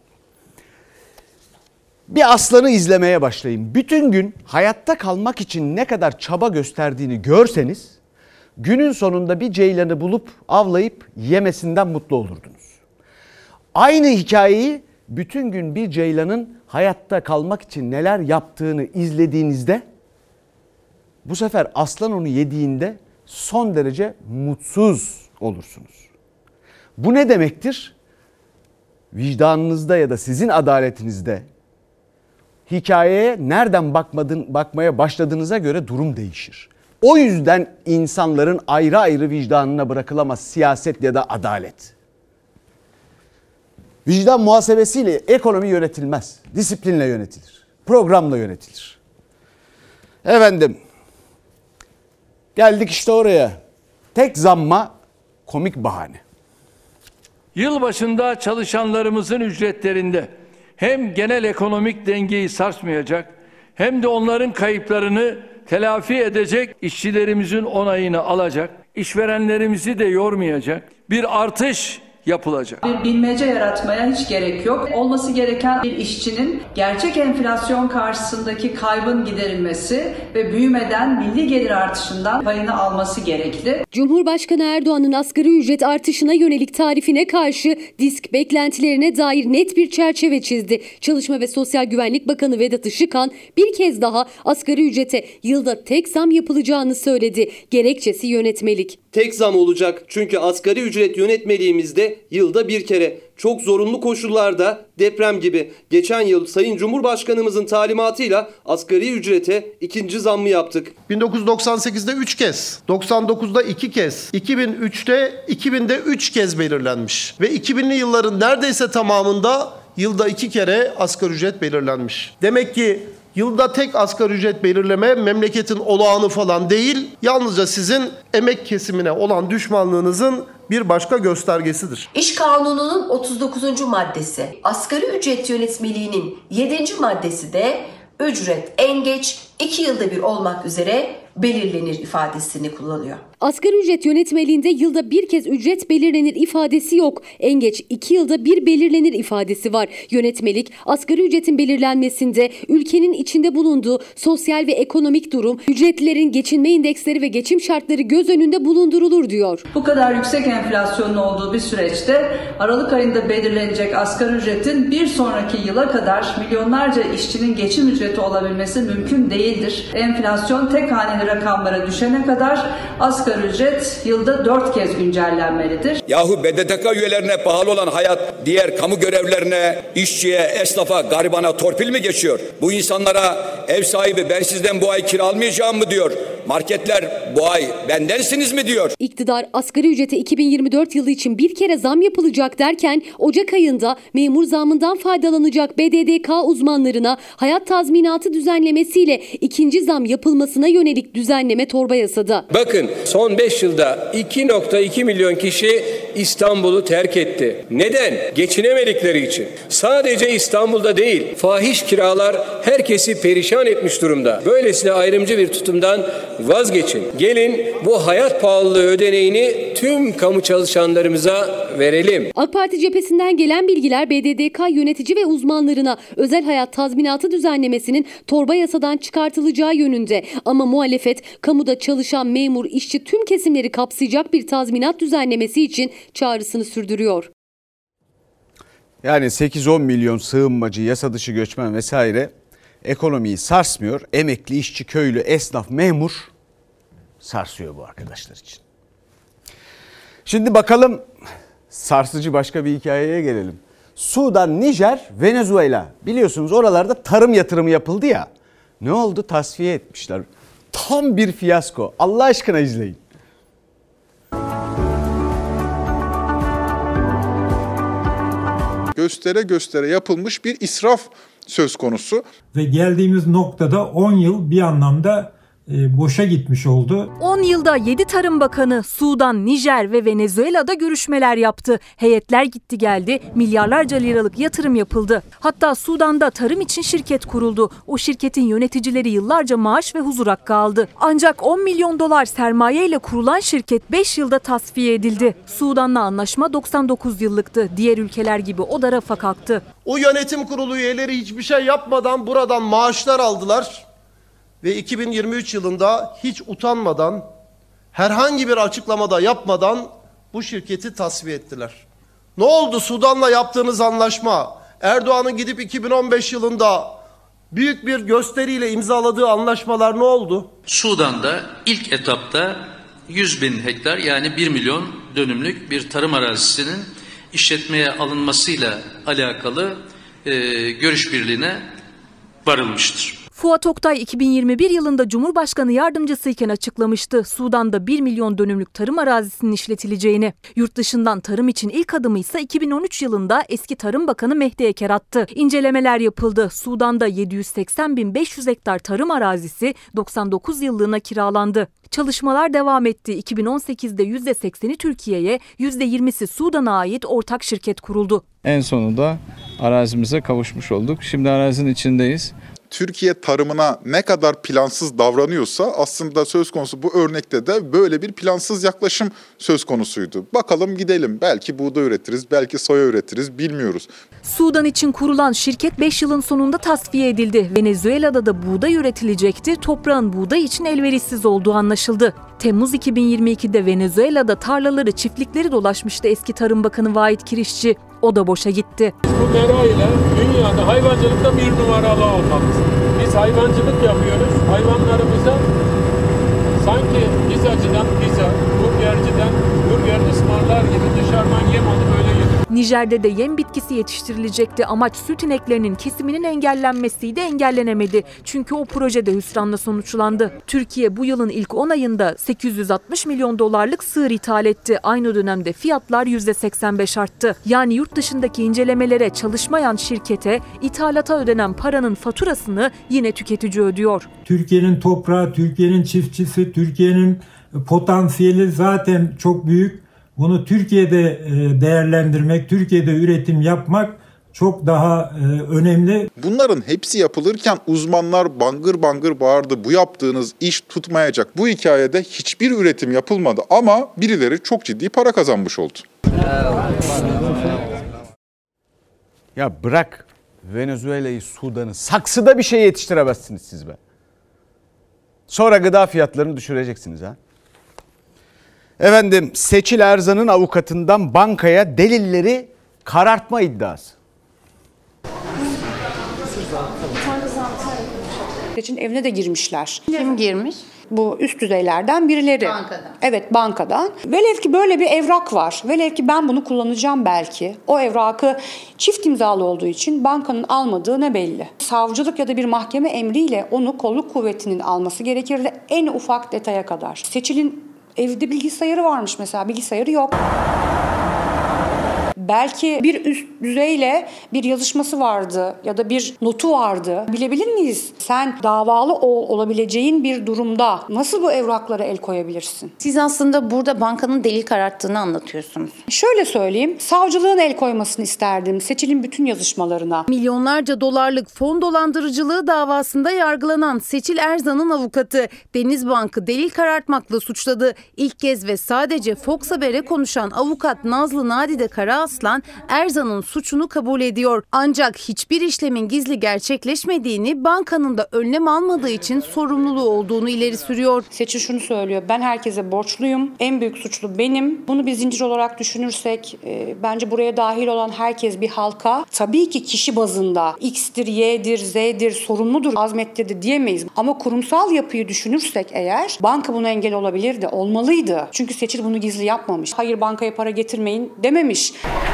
Bir aslanı izlemeye başlayın. Bütün gün hayatta kalmak için ne kadar çaba gösterdiğini görseniz günün sonunda bir ceylanı bulup avlayıp yemesinden mutlu olurdunuz. Aynı hikayeyi bütün gün bir ceylanın hayatta kalmak için neler yaptığını izlediğinizde bu sefer aslan onu yediğinde son derece mutsuz olursunuz. Bu ne demektir? vicdanınızda ya da sizin adaletinizde hikayeye nereden bakmaya başladığınıza göre durum değişir. O yüzden insanların ayrı ayrı vicdanına bırakılamaz siyaset ya da adalet. Vicdan muhasebesiyle ekonomi yönetilmez. Disiplinle yönetilir. Programla yönetilir. Efendim, geldik işte oraya. Tek zamma komik bahane. Yılbaşında çalışanlarımızın ücretlerinde hem genel ekonomik dengeyi sarsmayacak hem de onların kayıplarını telafi edecek, işçilerimizin onayını alacak, işverenlerimizi de yormayacak bir artış yapılacak. Bir bilmece yaratmaya hiç gerek yok. Olması gereken bir işçinin gerçek enflasyon karşısındaki kaybın giderilmesi ve büyümeden milli gelir artışından payını alması gerekli. Cumhurbaşkanı Erdoğan'ın asgari ücret artışına yönelik tarifine karşı DİSK beklentilerine dair net bir çerçeve çizdi. Çalışma ve Sosyal Güvenlik Bakanı Vedat Işıkhan bir kez daha asgari ücrete yılda tek zam yapılacağını söyledi. Gerekçesi yönetmelik. Tek zam olacak çünkü asgari ücret yönetmeliğimizde yılda bir kere çok zorunlu koşullarda deprem gibi. Geçen yıl Sayın Cumhurbaşkanımızın talimatıyla asgari ücrete ikinci zammı yaptık. 1998'de 3 kez, 99'da 2 kez, 2003'te 2000'de 3 kez belirlenmiş. Ve 2000'li yılların neredeyse tamamında yılda 2 kere asgari ücret belirlenmiş. Demek ki yılda tek asgari ücret belirleme memleketin olağanı falan değil, yalnızca sizin emek kesimine olan düşmanlığınızın bir başka göstergesidir. İş Kanunu'nun 39. maddesi, asgari ücret yönetmeliğinin 7. maddesi de ücret en geç 2 yılda bir olmak üzere belirlenir ifadesini kullanıyor. Asgari ücret yönetmeliğinde yılda bir kez ücret belirlenir ifadesi yok. En geç 2 yılda bir belirlenir ifadesi var. Yönetmelik asgari ücretin belirlenmesinde ülkenin içinde bulunduğu sosyal ve ekonomik durum, ücretlilerin geçinme indeksleri ve geçim şartları göz önünde bulundurulur diyor. Bu kadar yüksek enflasyonun olduğu bir süreçte Aralık ayında belirlenecek asgari ücretin bir sonraki yıla kadar milyonlarca işçinin geçim ücreti olabilmesi mümkün değildir. Enflasyon tek haneli rakamlara düşene kadar asgari ücret yılda 4 kez güncellenmelidir. Yahu BDDK üyelerine pahalı olan hayat diğer kamu görevlilerine, işçiye, esnafa, garibana torpil mi geçiyor? Bu insanlara ev sahibi ben sizden bu ay kira almayacağım mı diyor? Marketler bu ay bendensiniz mi diyor? İktidar asgari ücrete 2024 yılı için bir kere zam yapılacak derken Ocak ayında memur zammından faydalanacak BDDK uzmanlarına hayat tazminatı düzenlemesiyle ikinci zam yapılmasına yönelik düzenleme torba yasada. Bakın son 5 yılda 2,2 milyon kişi İstanbul'u terk etti. Neden? Geçinemedikleri için. Sadece İstanbul'da değil, fahiş kiralar herkesi perişan etmiş durumda. Böylesine ayrımcı bir tutumdan vazgeçin. Gelin bu hayat pahalılığı ödeneğini tüm kamu çalışanlarımıza verelim. AK Parti cephesinden gelen bilgiler BDDK yönetici ve uzmanlarına özel hayat tazminatı düzenlemesinin torba yasadan çıkartılacağı yönünde. Ama muhalefet kamuda çalışan memur, işçi tüm kesimleri kapsayacak bir tazminat düzenlemesi için çağrısını sürdürüyor. Yani 8-10 milyon sığınmacı, yasa dışı göçmen vesaire ekonomiyi sarsmıyor. Emekli, işçi, köylü, esnaf, memur sarsıyor bu arkadaşlar için. Şimdi bakalım sarsıcı başka bir hikayeye gelelim. Sudan, Nijer, Venezuela. Biliyorsunuz oralarda tarım yatırımı yapıldı ya. Ne oldu? Tasfiye etmişler. Tam bir fiyasko. Allah aşkına izleyin. Göstere göstere yapılmış bir israf söz konusu. Ve geldiğimiz noktada 10 yıl bir anlamda boşa gitmiş oldu. 10 yılda 7 Tarım Bakanı Sudan, Nijer ve Venezuela'da görüşmeler yaptı. Heyetler gitti geldi, milyarlarca liralık yatırım yapıldı. Hatta Sudan'da tarım için şirket kuruldu. O şirketin yöneticileri yıllarca maaş ve huzur hakkı aldı. Ancak 10 milyon dolar sermaye ile kurulan şirket 5 yılda tasfiye edildi. Sudan'la anlaşma 99 yıllıktı. Diğer ülkeler gibi o da rafa kalktı. O yönetim kurulu üyeleri hiçbir şey yapmadan buradan maaşlar aldılar. Ve 2023 yılında hiç utanmadan, herhangi bir açıklamada yapmadan bu şirketi tasfiye ettiler. Ne oldu Sudan'la yaptığınız anlaşma? Erdoğan'ın gidip 2015 yılında büyük bir gösteriyle imzaladığı anlaşmalar ne oldu? Sudan'da ilk etapta 100 bin hektar yani 1 milyon dönümlük bir tarım arazisinin işletmeye alınmasıyla alakalı görüş birliğine varılmıştır. Fuat Oktay 2021 yılında Cumhurbaşkanı yardımcısıyken açıklamıştı Sudan'da 1 milyon dönümlük tarım arazisinin işletileceğini. Yurt dışından tarım için ilk adımı ise 2013 yılında eski Tarım Bakanı Mehdi Eker attı. İncelemeler yapıldı. Sudan'da 780.500 hektar tarım arazisi 99 yıllığına kiralandı. Çalışmalar devam etti. 2018'de %80'i Türkiye'ye, %20'si Sudan'a ait ortak şirket kuruldu. En sonunda arazimize kavuşmuş olduk. Şimdi arazinin içindeyiz. Türkiye tarımına ne kadar plansız davranıyorsa aslında söz konusu bu örnekte de böyle bir plansız yaklaşım söz konusuydu. Bakalım gidelim. Belki buğday üretiriz, belki soya üretiriz, bilmiyoruz. Sudan için kurulan şirket 5 yılın sonunda tasfiye edildi. Venezuela'da da buğday üretilecekti. Toprağın buğday için elverişsiz olduğu anlaşıldı. Temmuz 2022'de Venezuela'da tarlaları, çiftlikleri dolaşmıştı eski Tarım Bakanı Vahit Kirişçi. O da boşa gitti. Bu mera ile dünyada hayvancılıkta bir numaralı olmalıyız. Biz hayvancılık yapıyoruz. Hayvanlarımıza sanki pizzacıdan pizza, burgerciden burger ısmarlar gibi dışarıdan yem alıp öyle yedik. Nijer'de de yem bitkisi yetiştirilecekti. Amaç süt ineklerinin kesiminin engellenmesiydi, engellenemedi. Çünkü o projede hüsranla sonuçlandı. Türkiye bu yılın ilk 10 ayında 860 milyon dolarlık sığır ithal etti. Aynı dönemde fiyatlar %85 arttı. Yani yurt dışındaki incelemelere çalışmayan şirkete ithalata ödenen paranın faturasını yine tüketici ödüyor. Türkiye'nin toprağı, Türkiye'nin çiftçisi, Türkiye'nin potansiyeli zaten çok büyük. Bunu Türkiye'de değerlendirmek, Türkiye'de üretim yapmak çok daha önemli. Bunların hepsi yapılırken uzmanlar bangır bangır bağırdı. Bu yaptığınız iş tutmayacak. Bu hikayede hiçbir üretim yapılmadı ama birileri çok ciddi para kazanmış oldu. Ya bırak Venezuela'yı, Sudan'ı, saksıda bir şey yetiştiremezsiniz siz be. Sonra gıda fiyatlarını düşüreceksiniz ha. Efendim, Seçil Erzan'ın avukatından bankaya delilleri karartma iddiası. Seçil'in evine de girmişler. Kim girmiş? Bu üst düzeylerden birileri. Bankadan. Evet, bankadan. Velev ki böyle bir evrak var. Velev ki ben bunu kullanacağım belki. O evrakı çift imzalı olduğu için bankanın almadığı ne belli. Savcılık ya da bir mahkeme emriyle onu kolluk kuvvetinin alması gerekirdi en ufak detaya kadar. Seçil'in evde bilgisayarı varmış mesela, bilgisayarı yok. Belki bir üst düzeyle bir yazışması vardı ya da bir notu vardı. Bilebilir miyiz? Sen davalı olabileceğin bir durumda nasıl bu evraklara el koyabilirsin? Siz aslında burada bankanın delil kararttığını anlatıyorsunuz. Şöyle söyleyeyim, savcılığın el koymasını isterdim Seçil'in bütün yazışmalarına. Milyonlarca dolarlık fon dolandırıcılığı davasında yargılanan Seçil Erzan'ın avukatı Denizbank'ı delil karartmakla suçladı. İlk kez ve sadece Fox Haber'e konuşan avukat Nazlı Nadide Karaaslan Erzan'ın suçunu kabul ediyor. Ancak hiçbir işlemin gizli gerçekleşmediğini, bankanın da önlem almadığı için sorumluluğu olduğunu ileri sürüyor. Seçil şunu söylüyor, ben herkese borçluyum, en büyük suçlu benim. Bunu bir zincir olarak düşünürsek bence buraya dahil olan herkes bir halka. Tabii ki kişi bazında X'tir, Y'dir, Z'dir, sorumludur, azmettirdi diyemeyiz. Ama kurumsal yapıyı düşünürsek eğer banka buna engel olabilirdi, olmalıydı. Çünkü Seçil bunu gizli yapmamış. Hayır, bankaya para getirmeyin dememiş.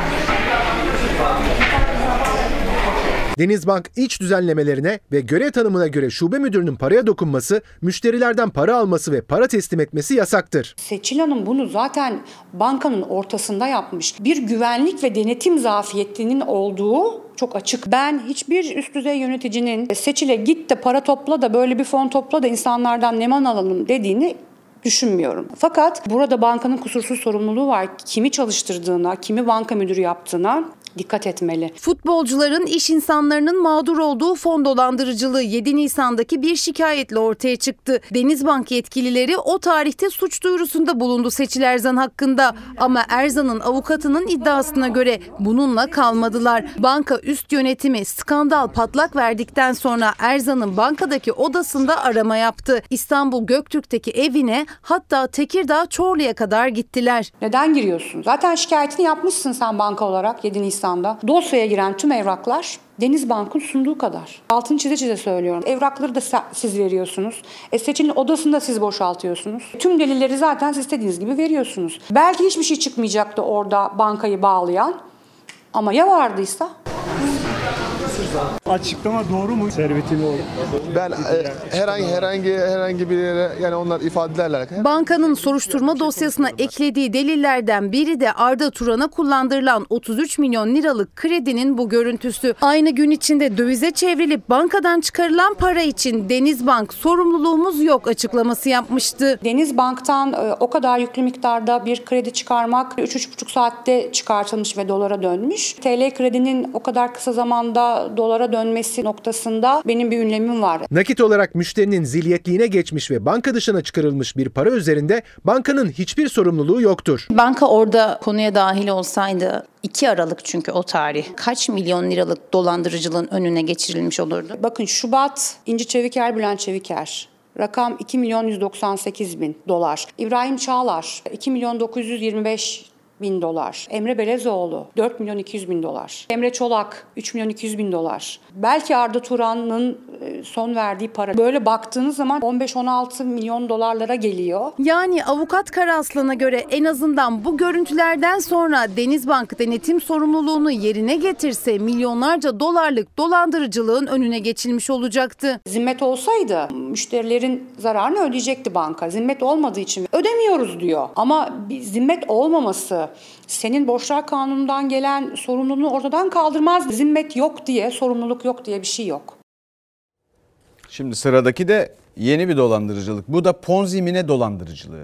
Denizbank iç düzenlemelerine ve görev tanımına göre şube müdürünün paraya dokunması, müşterilerden para alması ve para teslim etmesi yasaktır. Seçil Hanım bunu zaten bankanın ortasında yapmış. Bir güvenlik ve denetim zafiyetinin olduğu çok açık. Ben hiçbir üst düzey yöneticinin Seçil'e git de para topla da böyle bir fon topla da insanlardan neman alalım dediğini düşünmüyorum. Fakat burada bankanın kusursuz sorumluluğu var. Kimi çalıştırdığına, kimi banka müdürü yaptığına dikkat etmeli. Futbolcuların, iş insanlarının mağdur olduğu fon dolandırıcılığı 7 Nisan'daki bir şikayetle ortaya çıktı. Denizbank yetkilileri o tarihte suç duyurusunda bulundu Seçil Erzan hakkında. Ama Erzan'ın avukatının iddiasına göre bununla kalmadılar. Banka üst yönetimi skandal patlak verdikten sonra Erzan'ın bankadaki odasında arama yaptı. İstanbul Göktürk'teki evine, hatta Tekirdağ Çorlu'ya kadar gittiler. Neden giriyorsun? Zaten şikayetini yapmışsın sen banka olarak 7 Nisan Nisan'da dosyaya giren tüm evraklar Denizbank'ın sunduğu kadar. Altını çize çize söylüyorum. Evrakları da siz veriyorsunuz. Seçilin odasını da siz boşaltıyorsunuz. Tüm delilleri zaten siz istediğiniz gibi veriyorsunuz. Belki hiçbir şey çıkmayacaktı orada bankayı bağlayan. Ama ya vardıysa? Açıklama doğru mu? Servetini doğru. Ben herhangi bir yere, yani onlar ifadelerle alakalı. Bankanın soruşturma dosyasına eklediği delillerden biri de Arda Turan'a kullandırılan 33 milyon liralık kredinin bu görüntüsü. Aynı gün içinde dövize çevrilip bankadan çıkarılan para için Denizbank sorumluluğumuz yok açıklaması yapmıştı. Denizbank'tan o kadar yüklü miktarda bir kredi çıkarmak 3,5 saatte çıkartılmış ve dolara dönmüş. TL kredinin o kadar kısa zamanda dolara dönmesi noktasında benim bir ünlemim var. Nakit olarak müşterinin zilyetliğine geçmiş ve banka dışına çıkarılmış bir para üzerinde bankanın hiçbir sorumluluğu yoktur. Banka orada konuya dahil olsaydı 2 Aralık çünkü o tarih kaç milyon liralık dolandırıcılığın önüne geçirilmiş olurdu? Bakın Şubat İnci Çeviker, Bülent Çeviker. Rakam 2.198.000 dolar. İbrahim Çağlar 2.925.000 dolar. Emre Belezoğlu 4.200.000 dolar. Emre Çolak 3.200.000 dolar. Belki Arda Turan'ın son verdiği para. Böyle baktığınız zaman 15-16 milyon dolarlara geliyor. Yani avukat Karaslan'a göre en azından bu görüntülerden sonra Denizbank denetim sorumluluğunu yerine getirse milyonlarca dolarlık dolandırıcılığın önüne geçilmiş olacaktı. Zimmet olsaydı müşterilerin zararını ödeyecekti banka. Zimmet olmadığı için ödemiyoruz diyor. Ama bir zimmet olmaması senin borçlar kanunundan gelen sorumluluğunu ortadan kaldırmaz. Zimmet yok diye, sorumluluk yok diye bir şey yok. Şimdi sıradaki de yeni bir dolandırıcılık. Bu da Ponzi Mine dolandırıcılığı.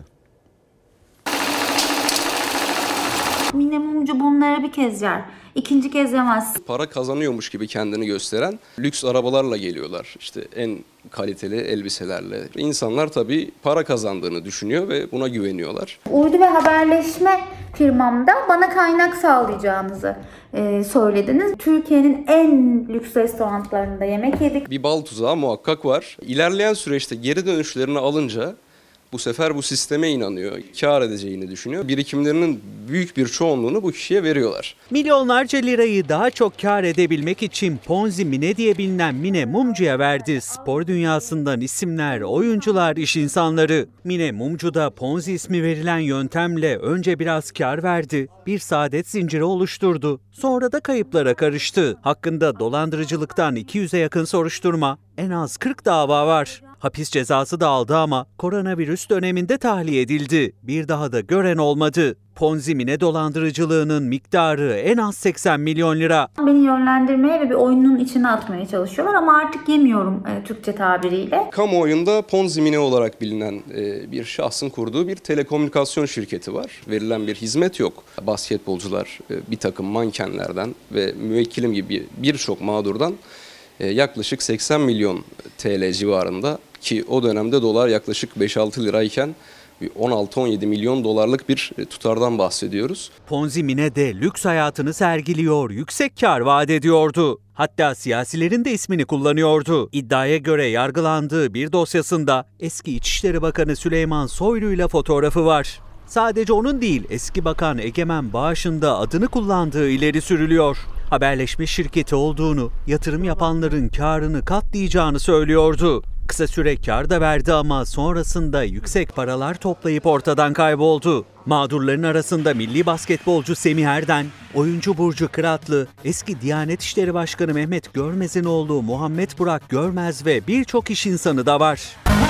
Mine Mumcu bunlara bir kez yer. İkinci kez yemez. Para kazanıyormuş gibi kendini gösteren lüks arabalarla geliyorlar. İşte en kaliteli elbiselerle. İnsanlar tabii para kazandığını düşünüyor ve buna güveniyorlar. Uydu ve haberleşme firmamda bana kaynak sağlayacağınızı söylediniz. Türkiye'nin en lüks restoranlarında yemek yedik. Bir bal tuzağı muhakkak var. İlerleyen süreçte geri dönüşlerini alınca bu sefer bu sisteme inanıyor, kar edeceğini düşünüyor. Birikimlerinin büyük bir çoğunluğunu bu kişiye veriyorlar. Milyonlarca lirayı daha çok kar edebilmek için Ponzi Mine diye bilinen Mine Mumcu'ya verdi. Spor dünyasından isimler, oyuncular, iş insanları. Mine Mumcu da Ponzi ismi verilen yöntemle önce biraz kar verdi, bir saadet zinciri oluşturdu. Sonra da kayıplara karıştı. Hakkında dolandırıcılıktan 200'e yakın soruşturma, en az 40 dava var. Hapis cezası da aldı ama koronavirüs döneminde tahliye edildi. Bir daha da gören olmadı. Ponzi Mine dolandırıcılığının miktarı en az 80 milyon lira. Beni yönlendirmeye ve bir oyunun içine atmaya çalışıyorlar ama artık yemiyorum Türkçe tabiriyle. Kamuoyunda Ponzi Mine olarak bilinen bir şahsın kurduğu bir telekomünikasyon şirketi var. Verilen bir hizmet yok. Basketbolcular, bir takım mankenlerden ve müvekkilim gibi birçok mağdurdan yaklaşık 80 milyon TL civarında, ki o dönemde dolar yaklaşık 5-6 lirayken 16-17 milyon dolarlık bir tutardan bahsediyoruz. Ponzi Mine de lüks hayatını sergiliyor, yüksek kar vaat ediyordu. Hatta siyasilerin de ismini kullanıyordu. İddiaya göre yargılandığı bir dosyasında eski İçişleri Bakanı Süleyman Soylu'yla fotoğrafı var. Sadece onun değil, eski bakan Egemen Bağış'ın da adını kullandığı ileri sürülüyor. Haberleşme şirketi olduğunu, yatırım yapanların karını katlayacağını söylüyordu. Kısa süre kar da verdi ama sonrasında yüksek paralar toplayıp ortadan kayboldu. Mağdurların arasında milli basketbolcu Semih Erden, oyuncu Burcu Kıratlı, eski Diyanet İşleri Başkanı Mehmet Görmez'in oğlu Muhammed Burak Görmez ve birçok iş insanı da var.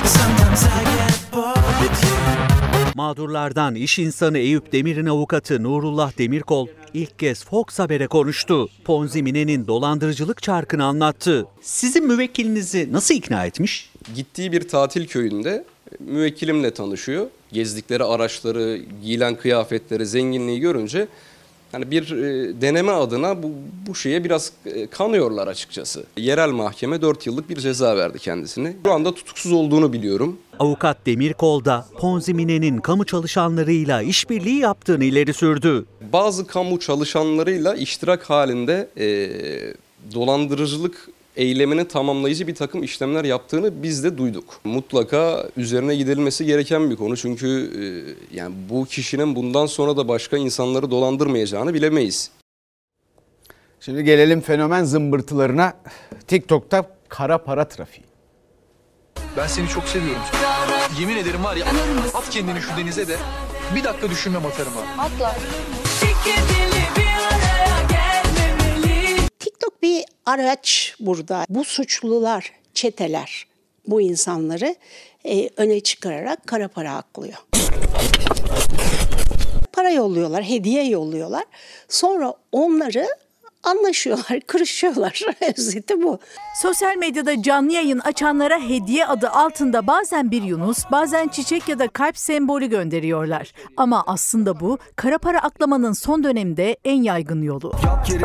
Mağdurlardan iş insanı Eyüp Demir'in avukatı Nurullah Demirkol ilk kez Fox Haber'e konuştu. Ponzi Mine'nin dolandırıcılık çarkını anlattı. Sizin müvekkilinizi nasıl ikna etmiş? Gittiği bir tatil köyünde müvekkilimle tanışıyor. Gezdikleri araçları, giyilen kıyafetleri, zenginliği görünce hani bir deneme adına bu şeye biraz kanıyorlar açıkçası. Yerel mahkeme 4 yıllık bir ceza verdi kendisine. Şu anda tutuksuz olduğunu biliyorum. Avukat Demirkol da Ponzi Mine'nin kamu çalışanlarıyla işbirliği yaptığını ileri sürdü. Bazı kamu çalışanlarıyla iştirak halinde dolandırıcılık eylemini tamamlayıcı bir takım işlemler yaptığını biz de duyduk. Mutlaka üzerine gidilmesi gereken bir konu. Çünkü yani bu kişinin bundan sonra da başka insanları dolandırmayacağını bilemeyiz. Şimdi gelelim fenomen zımbırtılarına. TikTok'ta kara para trafiği. Ben seni çok seviyorum. Yemin ederim var ya, at kendini şu denize de bir dakika düşünmem atarım ha. Atla. TikTok bir araç burada. Bu suçlular, çeteler bu insanları öne çıkararak kara para aklıyor. Para yolluyorlar, hediye yolluyorlar. Sonra onları anlaşıyorlar, kırışıyorlar. Özeti bu. Sosyal medyada canlı yayın açanlara hediye adı altında bazen bir yunus, bazen çiçek ya da kalp sembolü gönderiyorlar. Ama aslında bu kara para aklamanın son dönemde en yaygın yolu.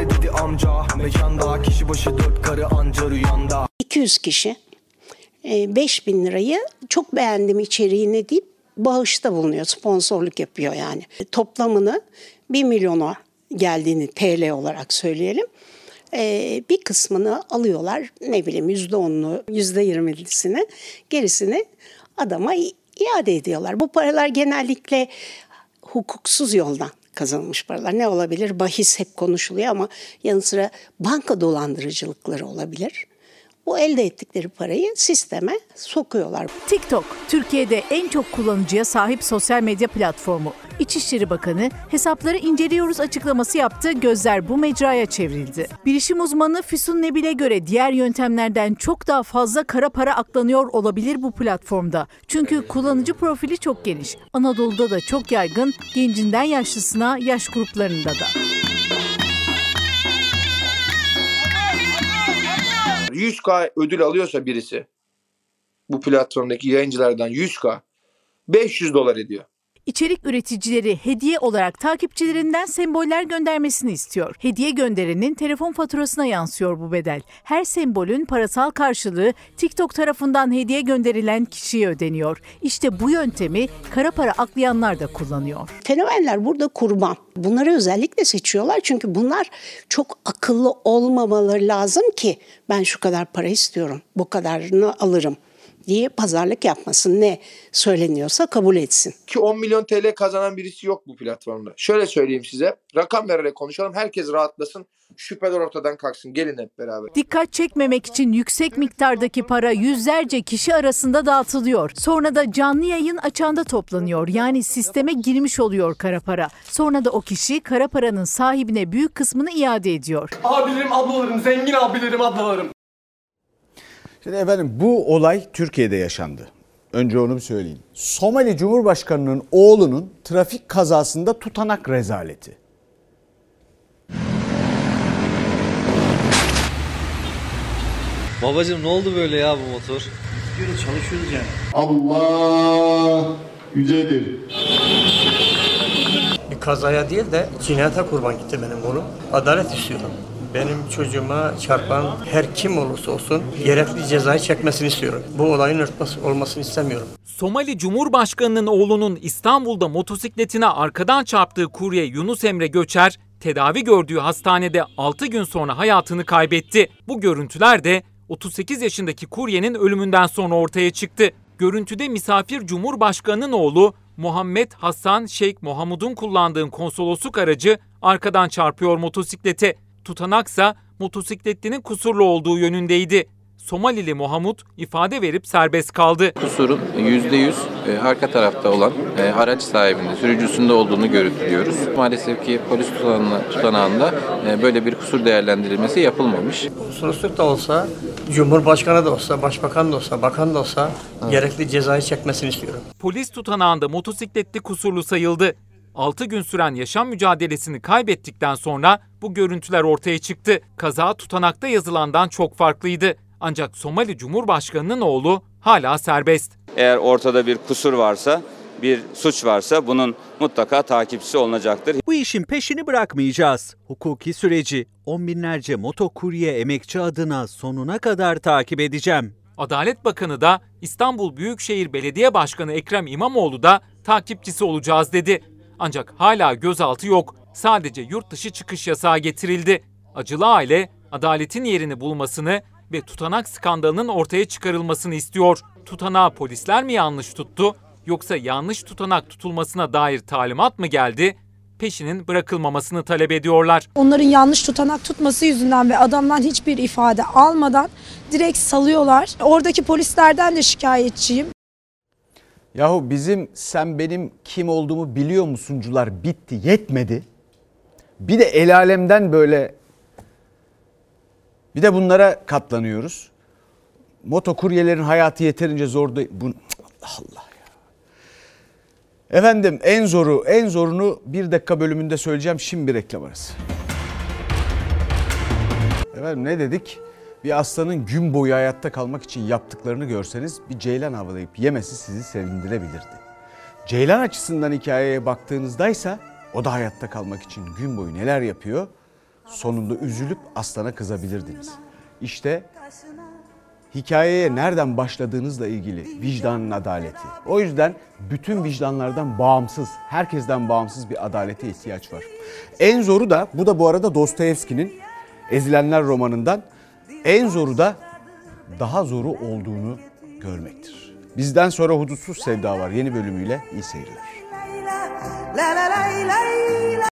200 kişi 5.000 lirayı çok beğendim içeriğini deyip bağışta bulunuyor, sponsorluk yapıyor yani. Toplamını 1 milyona geldiğini TL olarak söyleyelim. Bir kısmını alıyorlar, ne bileyim %10'unu, %20'lisini, gerisini adama iade ediyorlar. Bu paralar genellikle hukuksuz yoldan kazanılmış paralar. Ne olabilir? Bahis hep konuşuluyor ama yanı sıra banka dolandırıcılıkları olabilir. Bu elde ettikleri parayı sisteme sokuyorlar. TikTok, Türkiye'de en çok kullanıcıya sahip sosyal medya platformu. İçişleri Bakanı hesapları inceliyoruz açıklaması yaptı, gözler bu mecraya çevrildi. Bilişim uzmanı Füsun Nebil'e göre diğer yöntemlerden çok daha fazla kara para aklanıyor olabilir bu platformda. Çünkü kullanıcı profili çok geniş. Anadolu'da da çok yaygın, gencinden yaşlısına, yaş gruplarında da. 100K ödül alıyorsa birisi, bu platformdaki yayıncılardan 100K, $500 ediyor. İçerik üreticileri hediye olarak takipçilerinden semboller göndermesini istiyor. Hediye gönderenin telefon faturasına yansıyor bu bedel. Her sembolün parasal karşılığı TikTok tarafından hediye gönderilen kişiye ödeniyor. İşte bu yöntemi kara para aklayanlar da kullanıyor. Fenomenler burada kurban. Bunları özellikle seçiyorlar çünkü bunlar çok akıllı olmamaları lazım ki ben şu kadar para istiyorum, bu kadarını alırım diye pazarlık yapmasın, ne söyleniyorsa kabul etsin. Ki 10 milyon TL kazanan birisi yok bu platformda. Şöyle söyleyeyim size, rakam vererek konuşalım, herkes rahatlasın, şüpheler ortadan kalksın, gelin hep beraber. Dikkat çekmemek için yüksek miktardaki para yüzlerce kişi arasında dağıtılıyor. Sonra da canlı yayın açanda toplanıyor. Yani sisteme girmiş oluyor kara para. Sonra da o kişi kara paranın sahibine büyük kısmını iade ediyor. Abilerim, ablalarım, zengin abilerim, ablalarım. Şimdi efendim bu olay Türkiye'de yaşandı. Önce onu bir söyleyeyim. Somali Cumhurbaşkanı'nın oğlunun trafik kazasında tutanak rezaleti. Babacım ne oldu böyle ya bu motor? Biz çalışıyoruz yani. Allah yücedir. Bir kazaya değil de cinayete kurban gitti benim oğlum. Adalet istiyorum. Benim çocuğuma çarpan her kim olursa olsun gerekli cezayı çekmesini istiyorum. Bu olayın örtbas olmasını istemiyorum. Somali Cumhurbaşkanı'nın oğlunun İstanbul'da motosikletine arkadan çarptığı kurye Yunus Emre Göçer, tedavi gördüğü hastanede 6 gün sonra hayatını kaybetti. Bu görüntüler de 38 yaşındaki kuryenin ölümünden sonra ortaya çıktı. Görüntüde misafir Cumhurbaşkanı'nın oğlu Muhammed Hasan Şeyh Mohamud'un kullandığı konsolosluk aracı arkadan çarpıyor motosiklete. Tutanaksa motosikletlinin kusurlu olduğu yönündeydi. Somalili Mohamud ifade verip serbest kaldı. Kusurun %100 arka tarafta olan araç sahibinde, sürücüsünde olduğunu görüyoruz. Maalesef ki polis tutanağında böyle bir kusur değerlendirilmesi yapılmamış. Konsolosluk da olsa, Cumhurbaşkanı da olsa, Başbakan da olsa, Bakan da olsa gerekli cezayı çekmesini istiyorum. Polis tutanağında motosikletli kusurlu sayıldı. 6 gün süren yaşam mücadelesini kaybettikten sonra bu görüntüler ortaya çıktı. Kaza tutanakta yazılandan çok farklıydı. Ancak Somali Cumhurbaşkanı'nın oğlu hala serbest. Eğer ortada bir kusur varsa, bir suç varsa bunun mutlaka takipçisi olunacaktır. Bu işin peşini bırakmayacağız. Hukuki süreci on binlerce motokurye emekçi adına sonuna kadar takip edeceğim. Adalet Bakanı da İstanbul Büyükşehir Belediye Başkanı Ekrem İmamoğlu da takipçisi olacağız dedi. Ancak hala gözaltı yok. Sadece yurt dışı çıkış yasağı getirildi. Acılı aile adaletin yerini bulmasını ve tutanak skandalının ortaya çıkarılmasını istiyor. Tutanağı polisler mi yanlış tuttu yoksa yanlış tutanak tutulmasına dair talimat mı geldi? peşinin bırakılmamasını talep ediyorlar. Onların yanlış tutanak tutması yüzünden ve adamdan hiçbir ifade almadan direkt salıyorlar. Oradaki polislerden de şikayetçiyim. Yahu bizim sen benim kim olduğumu biliyor musuncular bitti, yetmedi. Bir de el alemden böyle, bir de bunlara katlanıyoruz. Motokuryelerin hayatı yeterince zor değil. Allah ya. Efendim en zorunu 1 dakika bölümünde söyleyeceğim. Şimdi bir reklam arası. Efendim ne dedik? Bir aslanın gün boyu hayatta kalmak için yaptıklarını görseniz bir ceylan avlayıp yemesi sizi sevindirebilirdi. Ceylan açısından hikayeye baktığınızdaysa o da hayatta kalmak için gün boyu neler yapıyor? Sonunda üzülüp aslana kızabilirdiniz. İşte hikayeye nereden başladığınızla ilgili vicdanın adaleti. O yüzden bütün vicdanlardan bağımsız, herkesten bağımsız bir adalete ihtiyaç var. En zoru da, bu da bu arada Dostoyevski'nin Ezilenler romanından, en zoru da daha zoru olduğunu görmektir. Bizden sonra Hudutsuz Sevda var yeni bölümüyle. İyi seyirler.